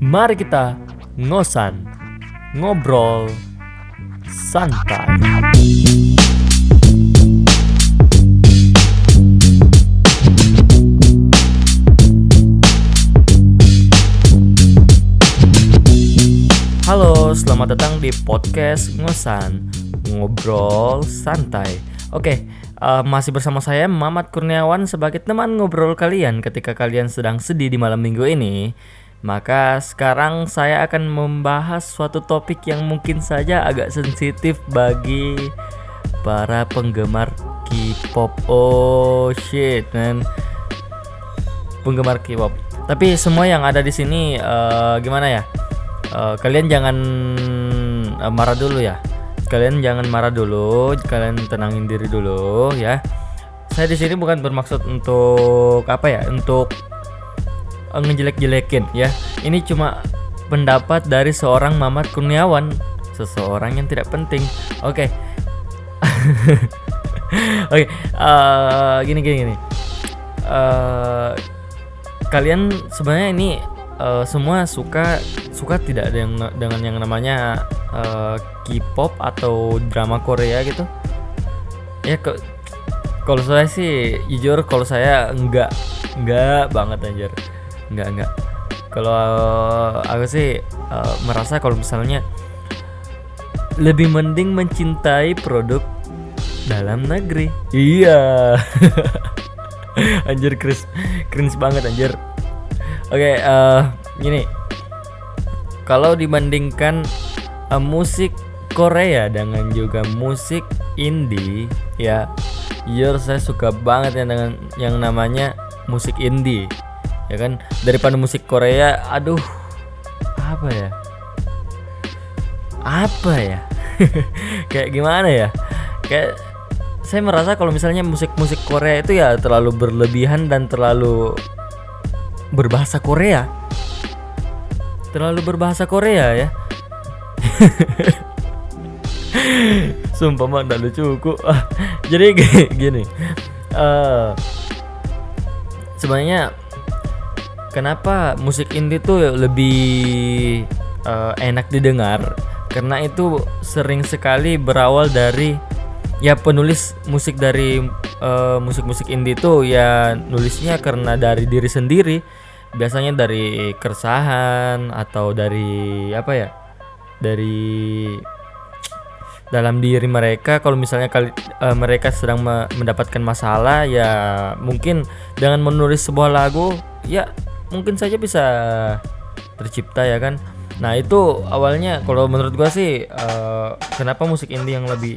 Mari kita ngosan, ngobrol santai. Halo, selamat datang di podcast Ngosan, ngobrol santai. Oke, masih bersama saya Mamat Kurniawan sebagai teman ngobrol kalian ketika kalian sedang sedih di malam minggu ini. Maka sekarang saya akan membahas suatu topik yang mungkin saja agak sensitif bagi para penggemar K-pop. Oh shit man, penggemar K-pop. Tapi semua yang ada di sini gimana ya? Kalian jangan marah dulu ya. Kalian jangan marah dulu. Kalian tenangin diri dulu ya. Saya di sini bukan bermaksud untuk untuk ngejelek-jelekin ya. Ini cuma pendapat dari seorang Mamat Kurniawan, seseorang yang tidak penting. Oke. Oke. Gini. Kalian sebenarnya ini semua suka tidak dengan yang namanya K-pop atau drama Korea gitu ya? Kalau saya sih jujur, kalau saya enggak banget anjir, enggak. Kalau aku sih merasa kalau misalnya lebih mending mencintai produk dalam negeri. Iya. Anjir, cringe banget anjir. Oke, gini. Kalau dibandingkan musik Korea dengan juga musik indie ya, saya suka banget ya dengan yang namanya musik indie. Ya kan, daripada musik Korea, aduh, apa ya? Kayak gimana ya? Kayak saya merasa kalau misalnya musik Korea itu ya terlalu berlebihan dan terlalu berbahasa Korea ya. Sumpah mah gak lucuku. Jadi gini, sebenarnya kenapa musik indie tuh lebih enak didengar, karena itu sering sekali berawal dari ya penulis musik dari musik indie tuh ya nulisnya karena dari diri sendiri. Biasanya dari keresahan atau dari dari dalam diri mereka. Kalau misalnya mereka sedang mendapatkan masalah, ya mungkin dengan menulis sebuah lagu ya mungkin saja bisa tercipta ya kan. Nah itu awalnya kalau menurut gua sih kenapa musik indie yang lebih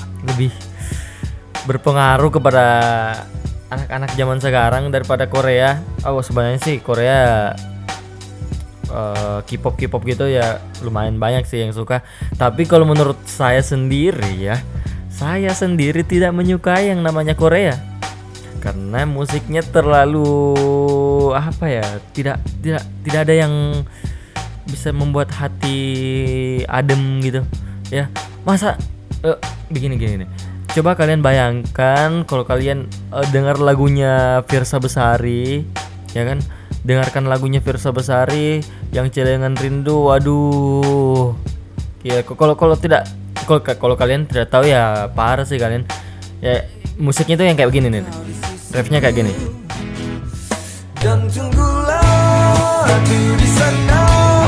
berpengaruh kepada anak-anak zaman sekarang daripada Korea. Sebenarnya sih Korea K-pop gitu ya lumayan banyak sih yang suka. Tapi kalau menurut saya sendiri tidak menyukai yang namanya Korea karena musiknya terlalu tidak ada yang bisa membuat hati adem gitu ya. Masa begini nih. Coba kalian bayangkan kalau kalian dengar lagunya Fiersa Besari, ya kan? Dengarkan lagunya Fiersa Besari yang Celengan Rindu. Waduh. Ya kalau kalian tidak tahu ya parah sih kalian. Ya musiknya tuh yang kayak begini nih. Refnya kayak gini. Dan tunggulah aku di sana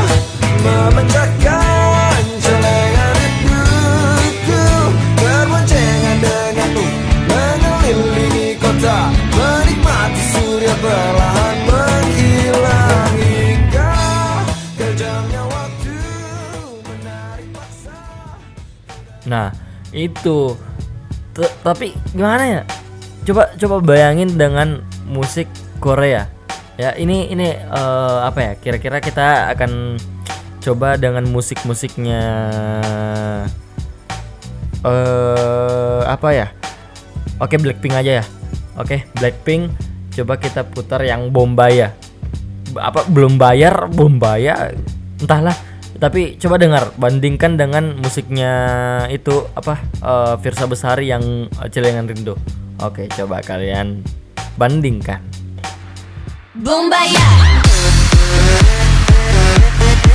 memecahkan celengan rinduku, berboncengan denganmu mengelilingi kota, menikmati surya perlahan menghilang hingga kejamnya waktu menarik paksa. Nah itu tapi gimana ya? Coba bayangin dengan musik Korea. Ya ini kira-kira kita akan coba dengan musiknya Oke, Blackpink aja ya. Oke, Blackpink coba kita putar yang Bombaya. Bombaya entahlah. Tapi coba dengar, bandingkan dengan musiknya itu Fiersa Besari yang Celengan Rindu. Oke, coba kalian bandingkan. Bombaya.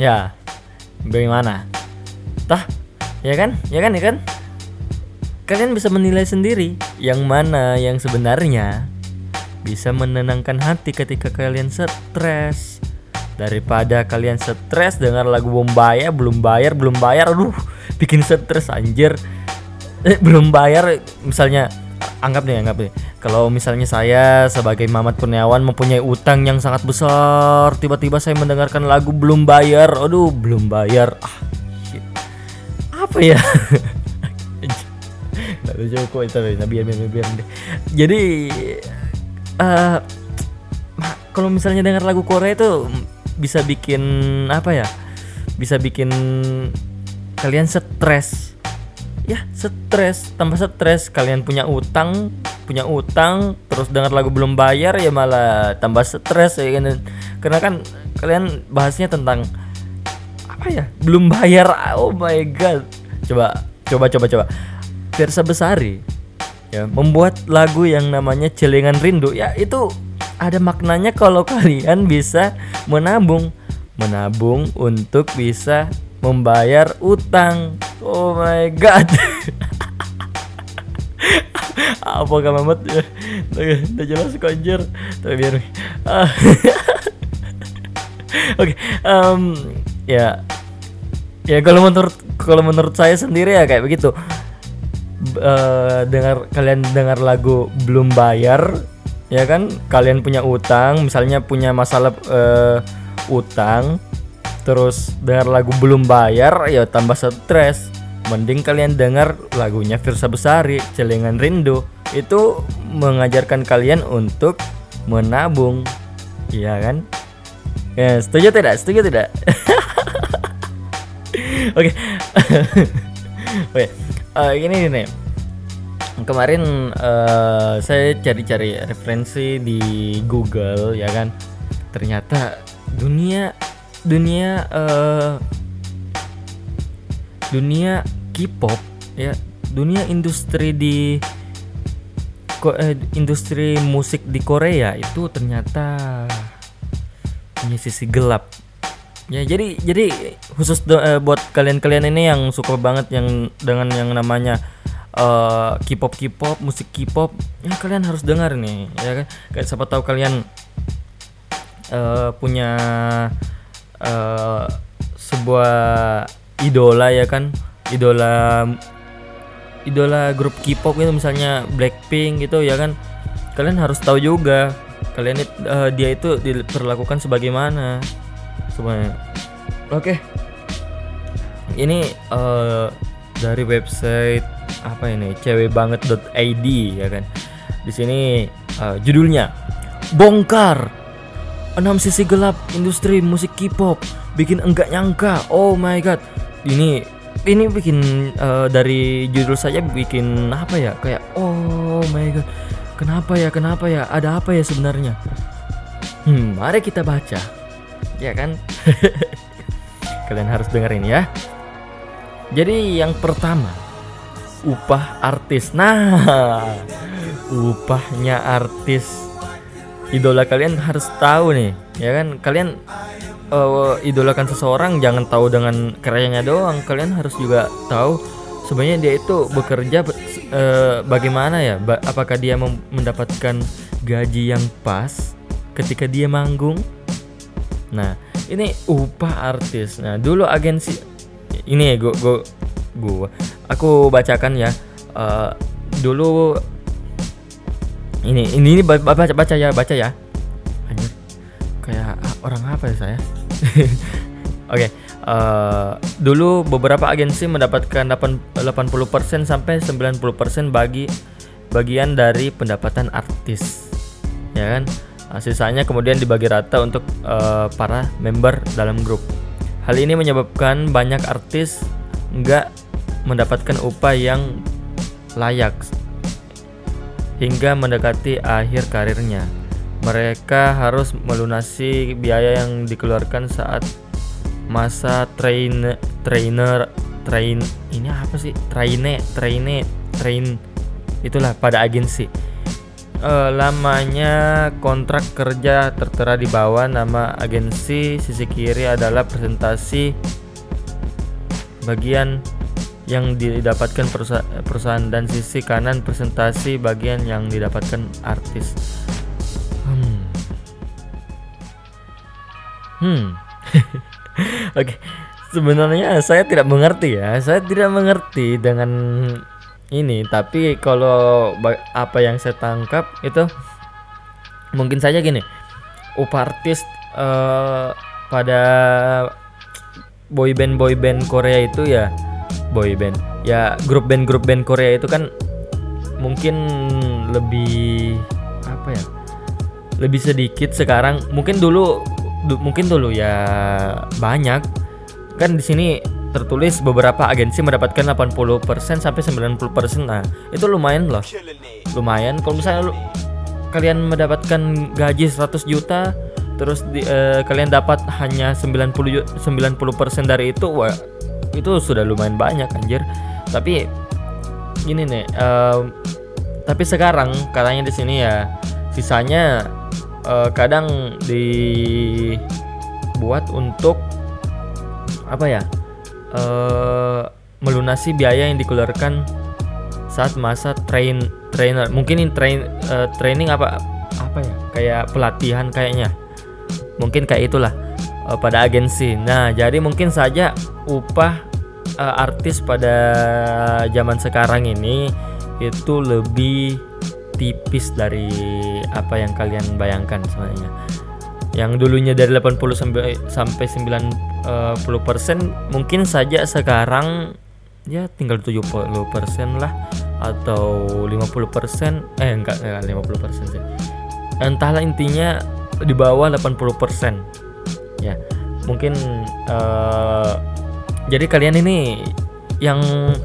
Ya, bagaimana? Tah, ya kan? Ya kan? Kalian bisa menilai sendiri yang mana yang sebenarnya bisa menenangkan hati ketika kalian stres. Daripada kalian stres dengar lagu belum bayar, aduh, bikin stres anjir. Belum bayar, misalnya anggap nih. Kalau misalnya saya sebagai Mamat Kurniawan mempunyai utang yang sangat besar, tiba-tiba saya mendengarkan lagu belum bayar, aduh, belum bayar. Shit. Apa ya? Nggak lucu kok itu, biar deh. Jadi kalau misalnya dengar lagu Korea itu bisa bikin apa ya? Bisa bikin kalian stres. Ya, stres, tambah stres. Kalian punya utang, terus dengar lagu belum bayar ya malah tambah stres ya kan. Karena kan kalian bahasnya tentang apa ya? Belum bayar. Oh my god. Coba. Fiersa Besari ya membuat lagu yang namanya Celengan Rindu. Ya itu ada maknanya kalau kalian bisa menabung untuk bisa membayar utang. Oh my god. Apakah Mamat ya? Udah jelas konjer. Tapi biar Oke, ya kalau menurut saya sendiri ya kayak begitu. Kalian dengar lagu belum bayar, ya kan? Kalian punya utang, misalnya punya masalah utang, terus dengar lagu belum bayar, ya tambah stres. Mending kalian dengar lagunya Fiersa Besari, Celengan Rindu. Itu mengajarkan kalian untuk menabung, iya kan? Ya, setuju tidak? Oke. Gini nih. Kemarin saya cari-cari referensi di Google, ya kan. Ternyata dunia K-pop ya, dunia industri industri musik di Korea itu ternyata punya sisi gelap. Ya, jadi khusus buat kalian ini yang suka banget yang dengan yang namanya K-pop, musik K-pop, ya kalian harus dengar nih, ya kan? Kayak siapa tahu kalian punya sebuah idola, ya kan? Idola grup K-pop itu misalnya Blackpink gitu, ya kan? Kalian harus tahu juga dia itu diperlakukan sebagaimana sebenarnya. Oke. Ini dari website apa ini? cewekbanget.id, ya kan. Di sini judulnya Bongkar 6 sisi gelap industri musik K-pop, bikin enggak nyangka. Oh my god. Ini bikin dari judul saja bikin apa ya? Kayak oh my god. Kenapa ya? Ada apa ya sebenarnya? Mari kita baca. Ya kan? Kalian harus dengerin ya. Jadi yang pertama, upah artis. Nah, upahnya artis idola kalian harus tahu nih, ya kan? Kalian idolakan seseorang jangan tahu dengan karyanya doang. Kalian harus juga tahu sebenarnya dia itu bekerja bagaimana ya? Apakah dia mendapatkan gaji yang pas ketika dia manggung? Nah, ini upah artis. Nah, dulu agensi ini aku bacakan ya. Dulu ini baca ya. Anjir. Kayak orang apa ya saya? Oke. Dulu beberapa agensi mendapatkan 80% sampai 90% bagian dari pendapatan artis. Ya kan? Sisanya kemudian dibagi rata untuk para member dalam grup. Hal ini menyebabkan banyak artis nggak mendapatkan upah yang layak hingga mendekati akhir karirnya. Mereka harus melunasi biaya yang dikeluarkan saat masa train itulah pada agensi. Lamanya kontrak kerja tertera di bawah nama agensi. Sisi kiri adalah presentasi bagian yang didapatkan perusahaan dan sisi kanan presentasi bagian yang didapatkan artis. Oke. Sebenarnya saya tidak mengerti ya. Saya tidak mengerti dengan ini, tapi kalau apa yang saya tangkap itu mungkin saja gini. Upah artis pada boyband Korea itu ya grup band Korea itu kan mungkin lebih apa ya, lebih sedikit sekarang. Mungkin dulu ya banyak kan. Di sini tertulis beberapa agensi mendapatkan 80% sampai 90%. Nah itu lumayan loh, lumayan. Kalau misalnya kalian mendapatkan gaji 100 juta terus kalian dapat hanya 90% dari itu, wah itu sudah lumayan banyak anjir. Tapi gini nih, tapi sekarang katanya di sini ya sisanya kadang dibuat untuk apa ya, melunasi biaya yang dikeluarkan saat masa trainer. Mungkin ini training apa ya, kayak pelatihan kayaknya. Mungkin kayak itulah pada agensi. Nah, jadi mungkin saja upah artis pada zaman sekarang ini itu lebih tipis dari apa yang kalian bayangkan sebenarnya. Yang dulunya dari 80 sampai 90%, mungkin saja sekarang ya tinggal 70% lah atau 50%. Enggak 50% sih. Entahlah, intinya di bawah 80%. Ya, mungkin jadi kalian ini yang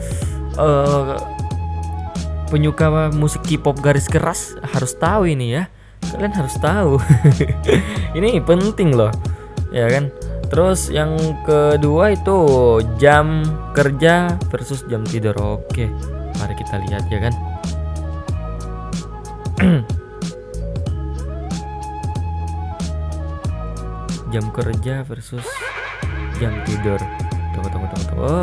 penyuka musik K-pop garis keras harus tahu ini ya. Kalian harus tahu. Ini penting loh, ya kan? Terus yang kedua itu jam kerja versus jam tidur. Oke, mari kita lihat ya kan. Jam kerja versus jam tidur. Tunggu.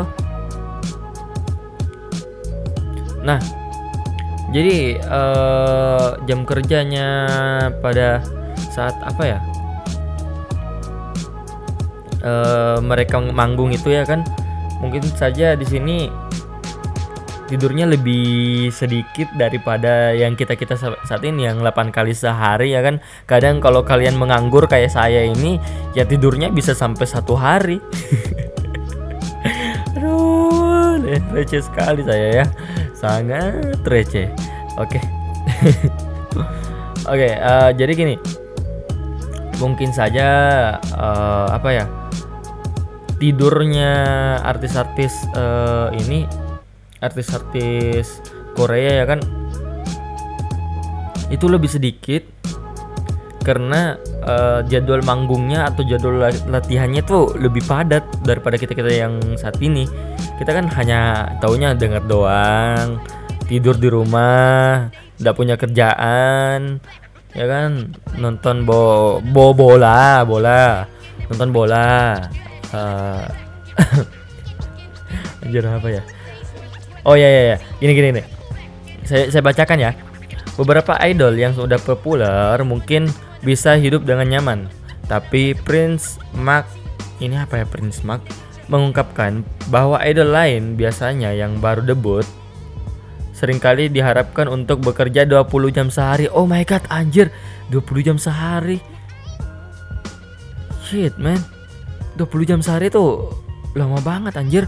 Nah, jadi jam kerjanya pada saat apa ya, mereka manggung itu ya kan, mungkin saja di sini tidurnya lebih sedikit daripada yang kita saat ini yang 8 kali sehari ya kan. Kadang kalau kalian menganggur kayak saya ini ya tidurnya bisa sampai 1 hari. Aduh, receh sekali saya ya, sangat receh. Oke. Oke, jadi gini, mungkin saja apa ya, tidurnya artis-artis ini, artis-artis Korea ya kan, itu lebih sedikit karena jadwal manggungnya atau jadwal latihannya tuh lebih padat daripada kita yang saat ini. Kita kan hanya taunya denger doang, tidur di rumah, nggak punya kerjaan, ya kan, nonton bola, nonton bola. Anjir apa ya? Oh ya. Gini nih. Saya bacakan ya. Beberapa idol yang sudah populer mungkin bisa hidup dengan nyaman. Tapi Prince Mark mengungkapkan bahwa idol lain biasanya yang baru debut seringkali diharapkan untuk bekerja 20 jam sehari. Oh my god, anjir, 20 jam sehari. Shit man, 20 jam sehari tuh lama banget anjir.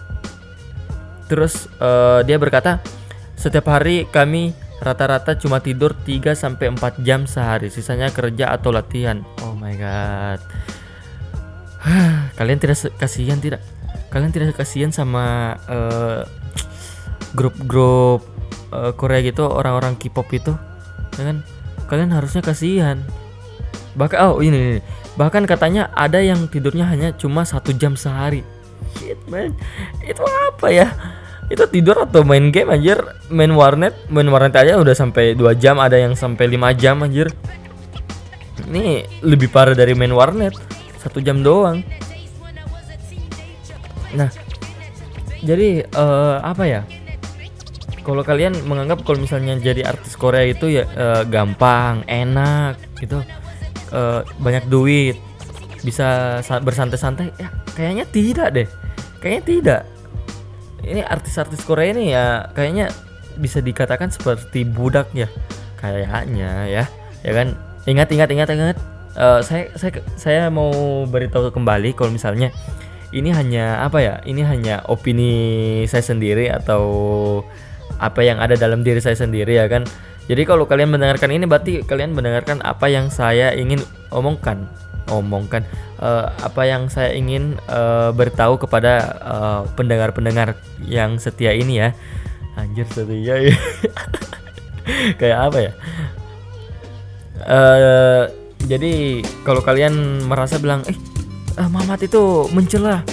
Terus dia berkata, setiap hari kami rata-rata cuma tidur 3-4 jam sehari, sisanya kerja atau latihan. Oh my god. Kalian tidak kasihan sama grup-grup Korea gitu, orang-orang K-pop itu, ya kan? Kalian harusnya kasihan. Bahkan katanya ada yang tidurnya hanya cuma 1 jam sehari. Shit man, itu apa ya? Itu tidur atau main game anjir? Main warnet aja udah sampai 2 jam, ada yang sampai 5 jam anjir. Ini lebih parah dari main warnet, 1 jam doang. Nah, jadi apa ya? Kalau kalian menganggap kalau misalnya jadi artis Korea itu ya gampang, enak gitu, banyak duit, bisa bersantai-santai, ya kayaknya tidak deh. Kayaknya tidak. Ini artis-artis Korea ini ya kayaknya bisa dikatakan seperti budak ya, kayaknya ya kan. Ingat. Saya mau beritahu kembali kalau misalnya ini hanya apa ya? Ini hanya opini saya sendiri atau apa yang ada dalam diri saya sendiri ya kan. Jadi kalau kalian mendengarkan ini berarti kalian mendengarkan apa yang saya ingin omongkan apa yang saya ingin beritahu kepada pendengar-pendengar yang setia ini ya. Anjir, setia ya. Kayak apa ya? Jadi kalau kalian merasa bilang Mamat itu mencela,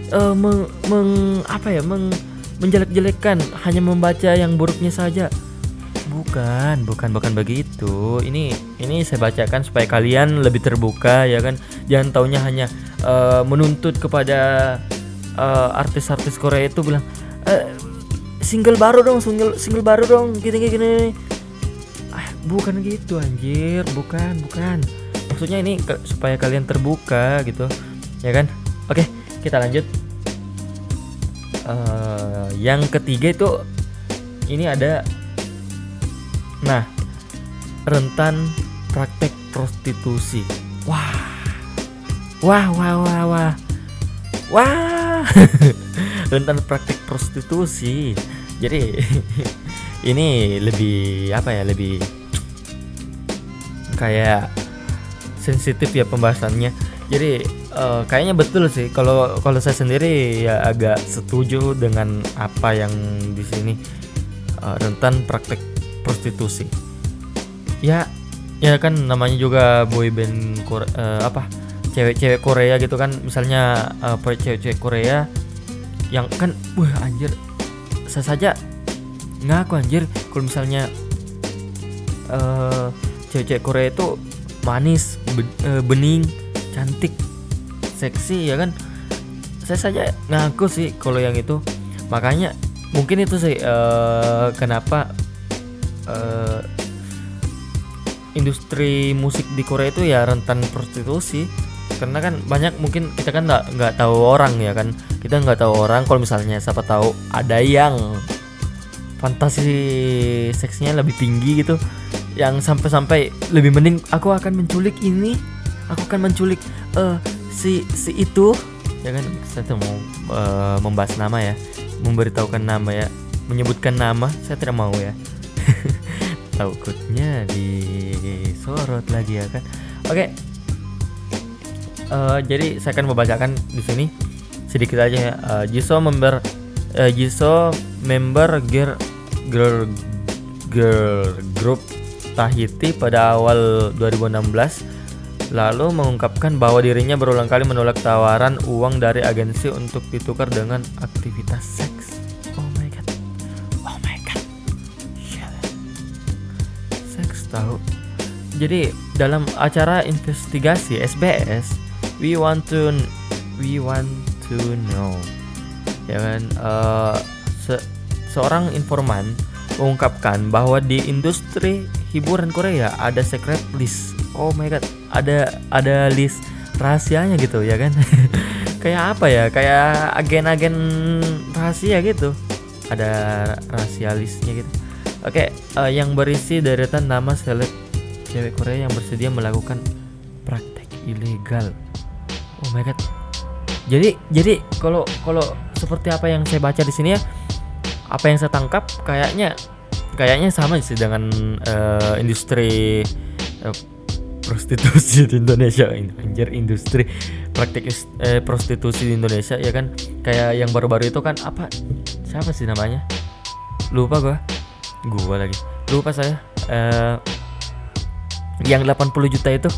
menjelek-jelekan, hanya membaca yang buruknya saja. Bukan begitu. Ini saya bacakan supaya kalian lebih terbuka ya kan. Jangan taunya hanya menuntut kepada artis-artis Korea itu bilang single baru dong, gini. Bukan gitu anjir, bukan. Maksudnya ini supaya kalian terbuka gitu, ya kan? Oke, kita lanjut. Yang ketiga itu ini ada. Nah, rentan praktek prostitusi. Wah. Rentan praktek prostitusi. Jadi ini lebih apa ya? Lebih kayak sensitif ya pembahasannya. Jadi kayaknya betul sih. Kalau saya sendiri ya agak setuju dengan apa yang di sini rentan praktek prostitusi. Ya kan namanya juga boyband cewek-cewek Korea gitu kan. Misalnya cewek-cewek Korea yang kan anjir, saya saja ngaku anjir kalau misalnya cewek-cewek Korea itu manis, bening, cantik, seksi ya kan. Saya saja ngaku sih kalau yang itu. Makanya mungkin itu sih kenapa industri musik di Korea itu ya rentan prostitusi. Karena kan banyak, mungkin kita kan nggak tahu orang ya kan. Kita nggak tahu orang kalau misalnya siapa tahu ada yang fantasi seksnya lebih tinggi gitu, yang sampai lebih mending aku akan menculik si itu ya kan. Saya tuh mau membahas nama ya, memberitahukan nama ya, menyebutkan nama saya tidak mau ya. Takutnya disorot lagi ya kan. Oke. Jadi saya akan membacakan di sini sedikit aja ya. Jisoo member girl group Tahiti pada awal 2016 lalu mengungkapkan bahwa dirinya berulang kali menolak tawaran uang dari agensi untuk ditukar dengan aktivitas seks. Oh my god. Seks tahu. Jadi dalam acara investigasi SBS, we want to know ya kan, seorang informan mengungkapkan bahwa di industri hiburan Korea ada secret list. Oh my god, ada list rahasianya gitu ya kan. Kayak apa ya, kayak agen-agen rahasia gitu, ada rahasia listnya gitu. Oke, yang berisi deretan nama seleb cewek Korea yang bersedia melakukan praktek ilegal. Oh my god. Jadi kalau seperti apa yang saya baca di sini ya, apa yang saya tangkap kayaknya sama sih dengan industri prostitusi di Indonesia. Anjir, industri praktik prostitusi di Indonesia ya kan. Kayak yang baru-baru itu kan apa, siapa sih namanya, lupa gua lagi lupa saya. Yang 80 juta itu,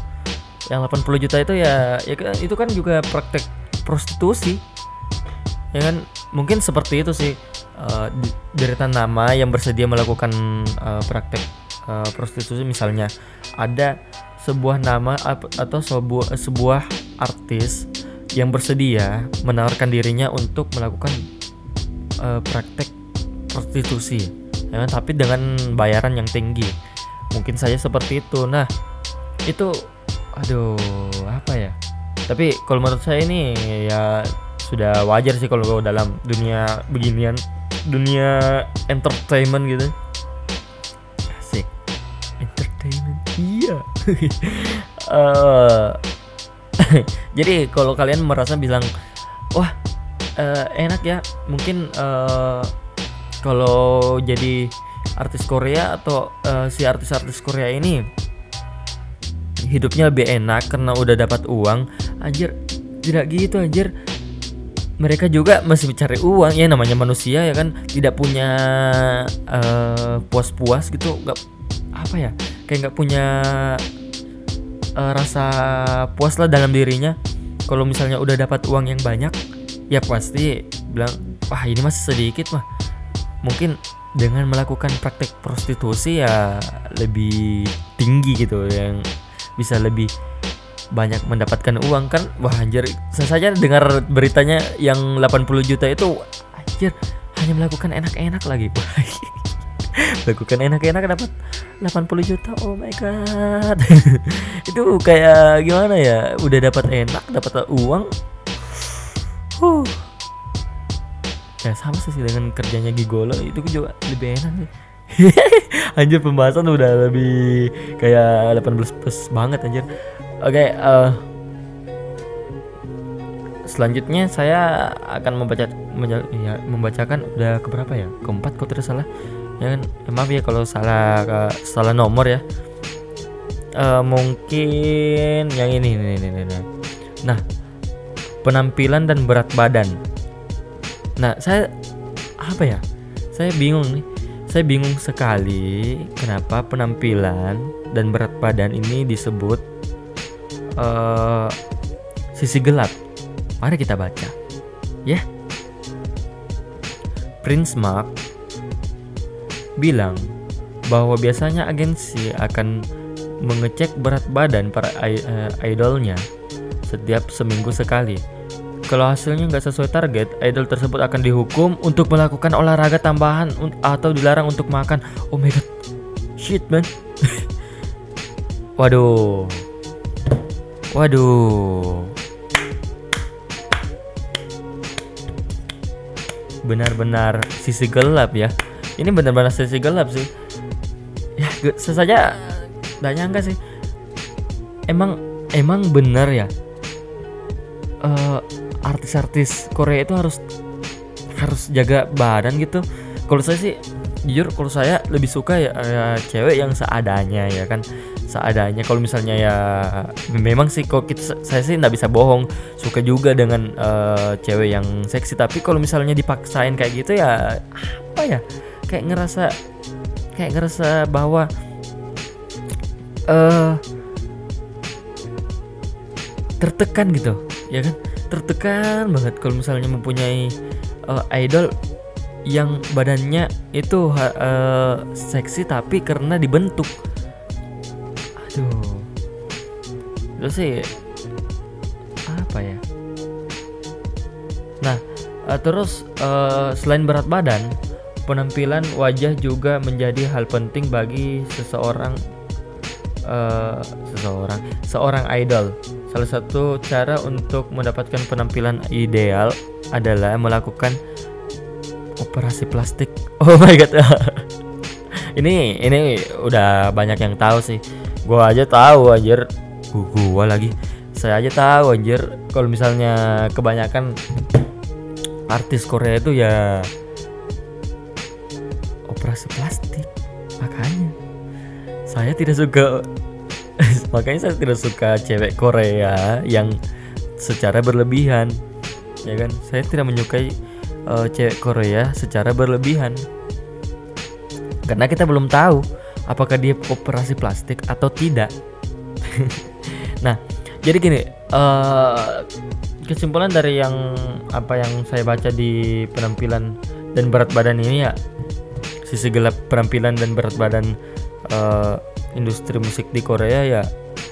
ya itu kan juga praktek prostitusi ya kan. Mungkin seperti itu sih deretan nama yang bersedia melakukan praktek prostitusi. Misalnya ada sebuah nama atau sebuah artis yang bersedia menawarkan dirinya untuk melakukan praktek prostitusi, ya kan? Tapi dengan bayaran yang tinggi, mungkin saja seperti itu. Nah itu, aduh, apa ya? Tapi kalau menurut saya ini ya sudah wajar sih kalau dalam dunia beginian, dunia entertainment gitu. Asik, entertainment, iya. Jadi kalau kalian merasa bilang, wah enak ya, mungkin kalau jadi artis Korea atau si artis-artis Korea ini hidupnya lebih enak karena udah dapat uang. Anjir, tidak gitu anjir. Mereka juga masih mencari uang, ya namanya manusia ya kan, tidak punya puas-puas gitu, nggak apa ya, kayak nggak punya rasa puas lah dalam dirinya. Kalau misalnya udah dapat uang yang banyak, ya pasti bilang, wah ini masih sedikit mah. Mungkin dengan melakukan praktek prostitusi ya lebih tinggi gitu, yang bisa lebih banyak mendapatkan uang kan. Wah anjir, saya saja dengar beritanya yang 80 juta itu, anjir, hanya melakukan enak-enak lagi. Lakukan enak-enak dapat 80 juta, oh my god. Itu kayak gimana ya, udah dapat enak, dapat uang. Ya sama sih dengan kerjanya gigolo, itu juga lebih enak sih. Anjir, pembahasan udah lebih kayak 18 plus banget anjir. Oke, selanjutnya saya akan membacakan udah keberapa ya? Keempat kalau tidak salah. Ya kan, maaf ya kalau salah nomor ya. Mungkin yang ini. Nah, penampilan dan berat badan. Nah, saya bingung nih. Saya bingung sekali kenapa penampilan dan berat badan ini disebut sisi gelap. Mari kita baca, ya. Prince Mark bilang bahwa biasanya agensi akan mengecek berat badan para idolnya setiap seminggu sekali. Kalau hasilnya nggak sesuai target, idol tersebut akan dihukum untuk melakukan olahraga tambahan atau dilarang untuk makan. Oh my god, shit man. Waduh. Benar-benar sisi gelap ya. Ini benar-benar sisi gelap sih. Ya, saya saja nggak nyangka sih. Emang benar ya. Artis-artis Korea itu harus jaga badan gitu. Kalau saya sih jujur, kalau saya lebih suka ya cewek yang seadanya ya kan, seadanya. Kalau misalnya ya memang sih, kalau saya sih nggak bisa bohong, suka juga dengan cewek yang seksi. Tapi kalau misalnya dipaksain kayak gitu ya apa ya, kayak ngerasa bahwa tertekan gitu ya kan, tertekan banget kalau misalnya mempunyai idol yang badannya itu seksi tapi karena dibentuk. Aduh, itu sih apa ya. Nah, terus selain berat badan, penampilan wajah juga menjadi hal penting bagi seorang idol. Salah satu cara untuk mendapatkan penampilan ideal adalah melakukan operasi plastik. Oh my god. ini udah banyak yang tahu sih. Gua aja tahu anjir. Gua lagi. Saya aja tahu anjir, kalau misalnya kebanyakan artis Korea itu ya operasi plastik. Makanya saya tidak suka cewek Korea yang secara berlebihan, ya kan. Saya tidak menyukai cewek Korea secara berlebihan, karena kita belum tahu apakah dia operasi plastik atau tidak. Nah, jadi gini, kesimpulan dari yang saya baca di penampilan dan berat badan ini ya, sisi gelap penampilan dan berat badan industri musik di Korea ya,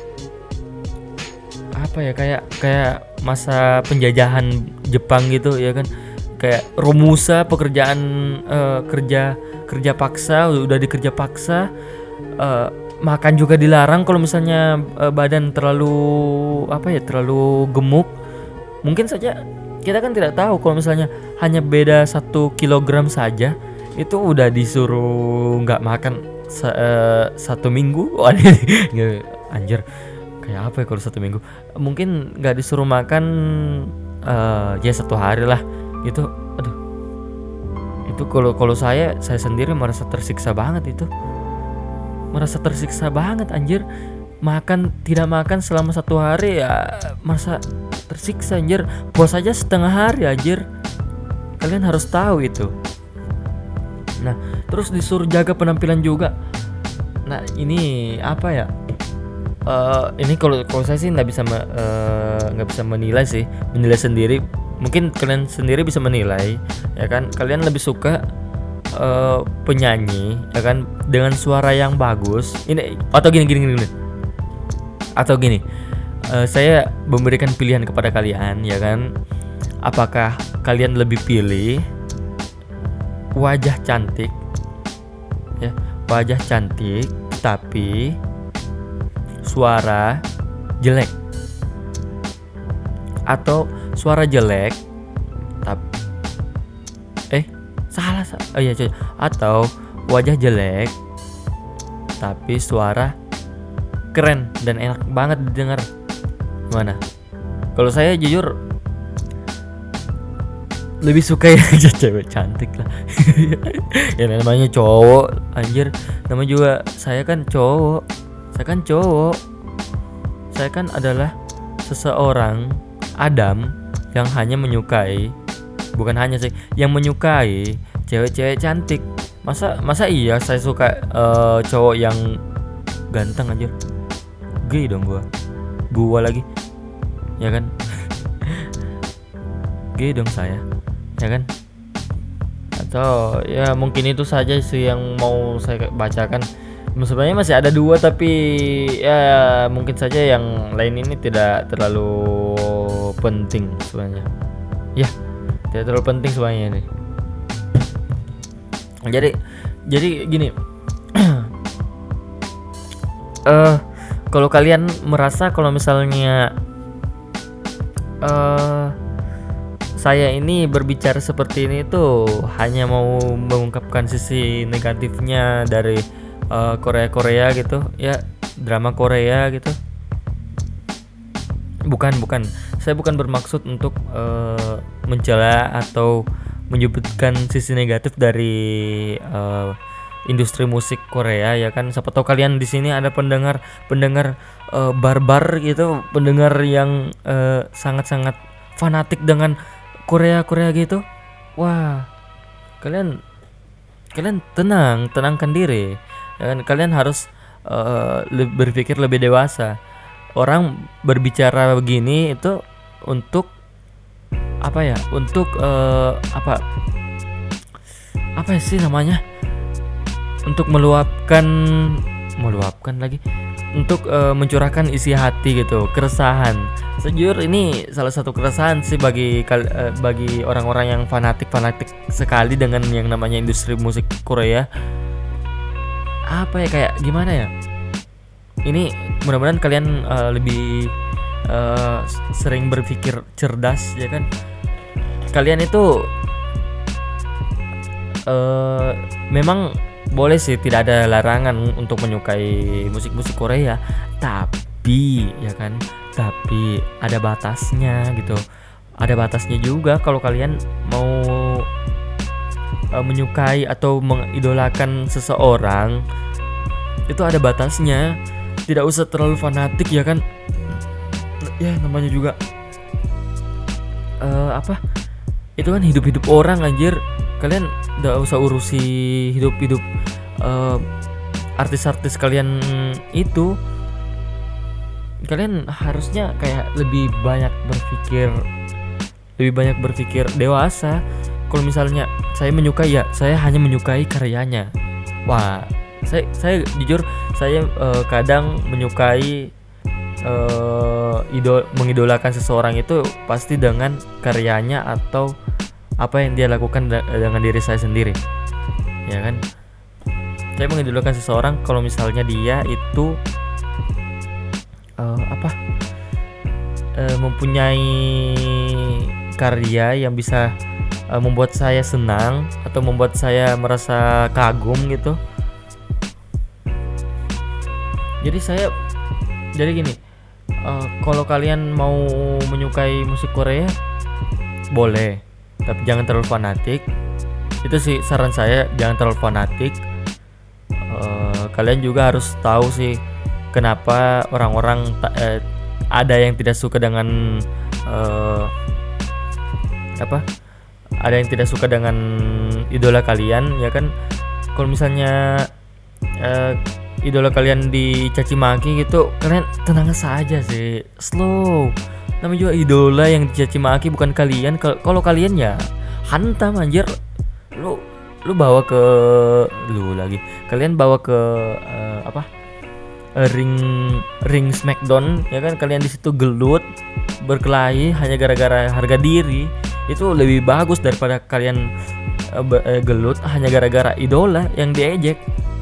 apa ya, kayak masa penjajahan Jepang gitu ya kan, kayak Romusa, pekerjaan kerja paksa, udah dikerja paksa, makan juga dilarang kalau misalnya badan terlalu terlalu gemuk. Mungkin saja kita kan tidak tahu kalau misalnya hanya beda 1 kilogram saja itu udah disuruh nggak makan 1 minggu. Wah, anjir, kayak apa ya kalau 1 minggu? Mungkin nggak disuruh makan ya 1 hari lah gitu. Aduh, itu kalau saya sendiri merasa tersiksa banget itu. Merasa tersiksa banget anjir. Tidak makan selama 1 hari ya merasa tersiksa anjir. Puas aja setengah hari anjir. Kalian harus tahu itu. Nah, terus disuruh jaga penampilan juga. Nah, ini apa ya? Ini kalau saya sih nggak bisa menilai sih, menilai sendiri. Mungkin kalian sendiri bisa menilai, ya kan? Kalian lebih suka penyanyi, ya kan, dengan suara yang bagus. Ini atau gini. Atau gini, saya memberikan pilihan kepada kalian, ya kan? Apakah kalian lebih pilih wajah cantik, ya, wajah cantik tapi suara jelek, atau suara jelek tapi atau wajah jelek tapi suara keren dan enak banget didengar? Mana? Kalau saya jujur lebih suka yang cewek cantik lah. Ya namanya cowok anjir, namanya juga saya kan cowok. Saya kan adalah seseorang Adam yang hanya menyukai, bukan hanya sih, yang menyukai cewek-cewek cantik. Masa iya saya suka cowok yang ganteng anjir? Gay dong gua lagi, ya kan? Gay dong saya, ya kan? Atau ya mungkin itu saja sih yang mau saya bacakan. Sebenarnya masih ada 2 tapi ya mungkin saja yang lain ini tidak terlalu penting sebenarnya. Ya, tidak terlalu penting sebenarnya ini. Jadi gini. Kalau kalian merasa kalau misalnya saya ini berbicara seperti ini tuh hanya mau mengungkapkan sisi negatifnya dari Korea gitu ya, drama Korea gitu, bukan saya bukan bermaksud untuk mencela atau menyebutkan sisi negatif dari industri musik Korea, ya kan? Siapa tahu kalian di sini ada pendengar barbar gitu, pendengar yang sangat-sangat fanatik dengan Korea gitu. Wah, kalian tenangkan diri, ya kan? Kalian harus berpikir lebih dewasa. Orang berbicara begini itu untuk apa ya? Untuk apa sih namanya? Untuk meluapkan lagi, untuk mencurahkan isi hati gitu, keresahan. Sejujur ini salah satu keresahan sih bagi orang-orang yang fanatik sekali dengan yang namanya industri musik Korea. Apa ya, kayak gimana ya? Ini mudah-mudahan kalian lebih sering berpikir cerdas, ya kan? Kalian itu memang boleh sih, tidak ada larangan untuk menyukai musik-musik Korea, tapi ya kan, tapi ada batasnya gitu. Ada batasnya juga kalau kalian mau menyukai atau mengidolakan seseorang, itu ada batasnya. Tidak usah terlalu fanatik, ya kan? Ya namanya juga itu kan hidup orang anjir. Kalian gak usah urusi hidup artis-artis kalian itu. Kalian harusnya kayak lebih banyak berpikir dewasa. kalau misalnya saya menyukai, ya saya hanya menyukai karyanya. Wah, saya jujur, saya kadang menyukai mengidolakan seseorang itu pasti dengan karyanya atau apa yang dia lakukan dengan diri saya sendiri, ya kan. Saya mengidolakan seseorang kalau misalnya dia itu mempunyai karya yang bisa membuat saya senang atau membuat saya merasa kagum gitu. Jadi gini, kalau kalian mau menyukai musik Korea boleh, tapi jangan terlalu fanatik. Itu sih saran saya, jangan terlalu fanatik. Kalian juga harus tahu sih kenapa orang-orang ada yang tidak suka dengan ada yang tidak suka dengan idola kalian, ya kan. Kalau misalnya idola kalian dicaci maki gitu, kalian tenang saja sih, slow. Namanya juga idola yang dicaci maki, bukan kalian. Kalau kalian ya hantam anjir. Kalian bawa ke ring Smackdown, ya kan. Kalian di situ gelut berkelahi hanya gara-gara harga diri. Itu lebih bagus daripada kalian gelut hanya gara-gara idola yang diejek.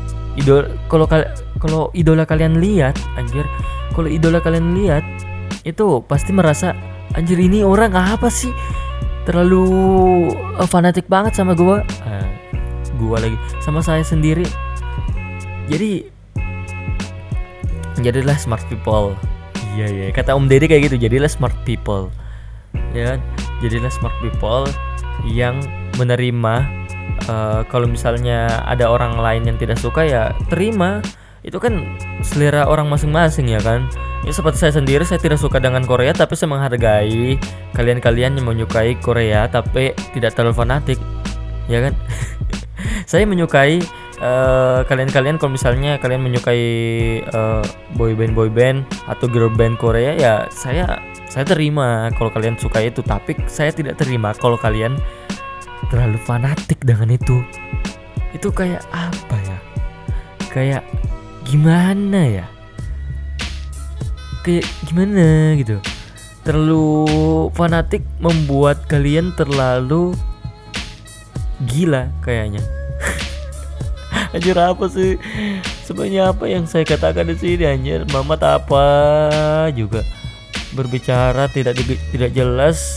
Kalau idola kalian lihat, anjir, kalau idola kalian lihat itu pasti merasa, anjir ini orang apa sih, terlalu fanatik banget sama gua lagi, sama saya sendiri. Jadi jadilah smart people. Iya, kata Om Deddy kayak gitu, jadilah smart people, ya kan. Jadilah smart people yang menerima kalau misalnya ada orang lain yang tidak suka, ya terima. Itu kan selera orang masing-masing, ya kan. Ya seperti saya sendiri, saya tidak suka dengan Korea, tapi saya menghargai kalian-kalian yang menyukai Korea tapi tidak terlalu fanatik, ya kan. Saya menyukai kalian-kalian, kalau misalnya kalian menyukai boyband atau girl band Korea, ya saya terima kalau kalian suka itu, tapi saya tidak terima kalau kalian terlalu fanatik dengan itu. Itu kayak apa ya? Kayak gimana ya? Kayak gimana gitu. Terlalu fanatik membuat kalian terlalu gila kayaknya. Anjir, apa sih sebenarnya apa yang saya katakan di sini, anjir? Mamat apa juga berbicara tidak jelas.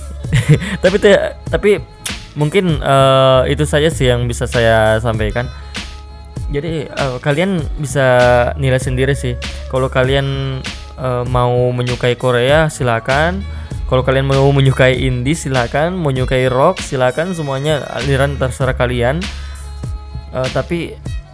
tapi mungkin itu saja sih yang bisa saya sampaikan. Jadi kalian bisa nilai sendiri sih. Kalau kalian mau menyukai Korea silakan. Kalau kalian mau menyukai indie silakan, mau menyukai rock silakan, semuanya aliran terserah kalian. Tapi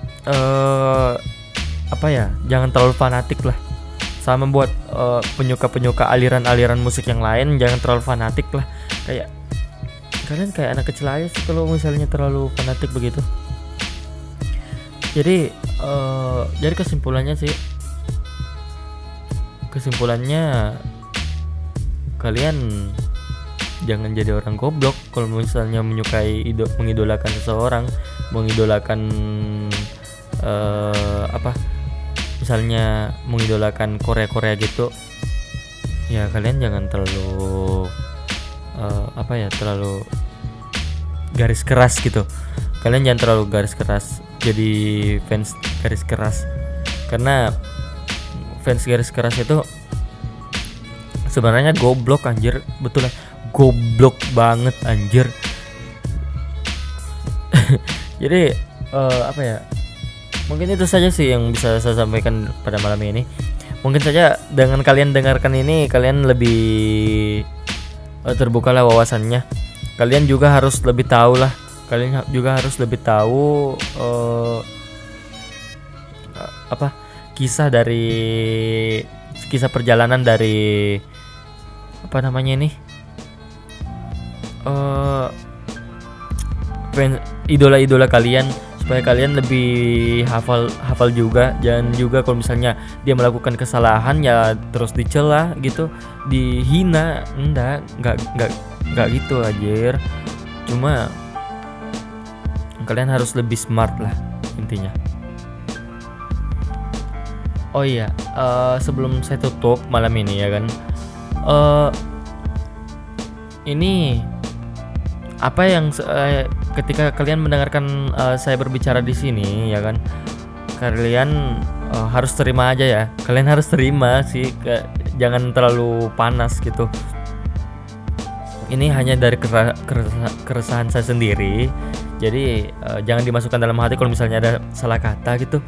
jangan terlalu fanatik lah. Sama buat penyuka aliran musik yang lain, jangan terlalu fanatik lah. Kayak kalian kayak anak kecil aja sih kalau misalnya terlalu fanatik begitu. Jadi kesimpulannya kalian jangan jadi orang goblok kalau misalnya mengidolakan seseorang, mengidolakan misalnya mengidolakan Korea gitu. Ya kalian jangan terlalu terlalu garis keras gitu. Kalian jangan terlalu garis keras jadi fans garis keras, karena fans garis keras itu sebenarnya goblok, anjir. Betul lah, goblok banget, anjir. Jadi mungkin itu saja sih yang bisa saya sampaikan pada malam ini. Mungkin saja dengan kalian dengarkan ini, kalian lebih terbukalah wawasannya. Kalian juga harus lebih tahu lah. Kalian juga harus lebih tahu kisah perjalanan dari idola-idola kalian, supaya kalian lebih hafal juga. Jangan juga kalau misalnya dia melakukan kesalahan ya terus dicela gitu, dihina. Enggak gitu, anjir. Cuma kalian harus lebih smart lah intinya. Oh iya, sebelum saya tutup malam ini ya kan, ini apa yang ketika kalian mendengarkan saya berbicara di sini ya kan, kalian harus terima aja ya. Kalian harus terima sih, jangan terlalu panas gitu. Ini hanya dari keresahan saya sendiri. Jadi jangan dimasukkan dalam hati kalau misalnya ada salah kata gitu.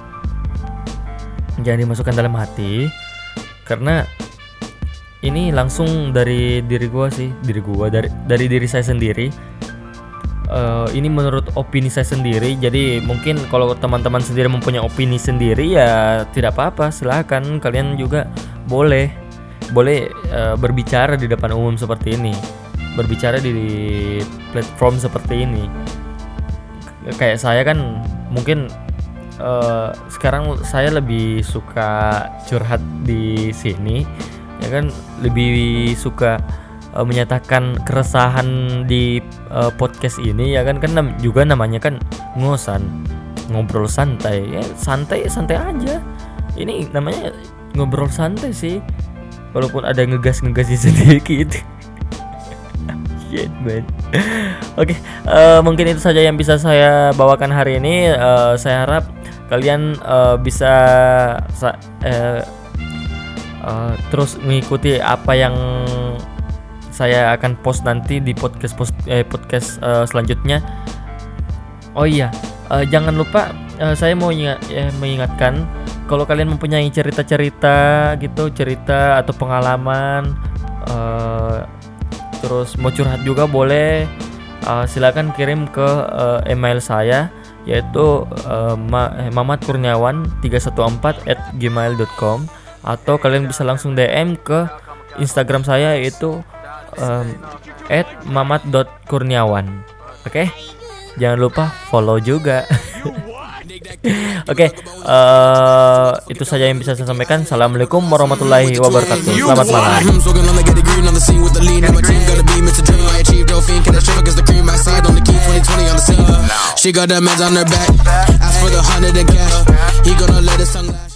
Jangan dimasukkan dalam hati, karena ini langsung dari diri diri saya sendiri. Ini menurut opini saya sendiri. Jadi mungkin kalau teman-teman sendiri mempunyai opini sendiri ya tidak apa-apa, silakan. Kalian juga boleh berbicara di depan umum seperti ini, berbicara di platform seperti ini. Kayak saya kan mungkin sekarang saya lebih suka curhat di sini ya kan, lebih suka menyatakan keresahan di podcast ini ya kan juga namanya kan ngobrol santai ya, santai aja. Ini namanya ngobrol santai sih, walaupun ada ngegas sedikit. Shit man. Oke, mungkin itu saja yang bisa saya bawakan hari ini. Saya harap kalian bisa terus mengikuti apa yang saya akan post nanti di podcast selanjutnya. Oh iya, jangan lupa saya mau mengingatkan, kalau kalian mempunyai cerita atau pengalaman, terus mau curhat juga boleh, silakan kirim ke email saya, yaitu mamatkurniawan314@gmail.com, atau kalian bisa langsung DM ke Instagram saya, yaitu @mamat.kurniawan. Oke? Jangan lupa follow juga. Oke, itu saja yang bisa saya sampaikan. Assalamualaikum warahmatullahi wabarakatuh. Selamat malam. She got the meds on her back. Ask for the 100 and cash. He gonna let his tongue lash.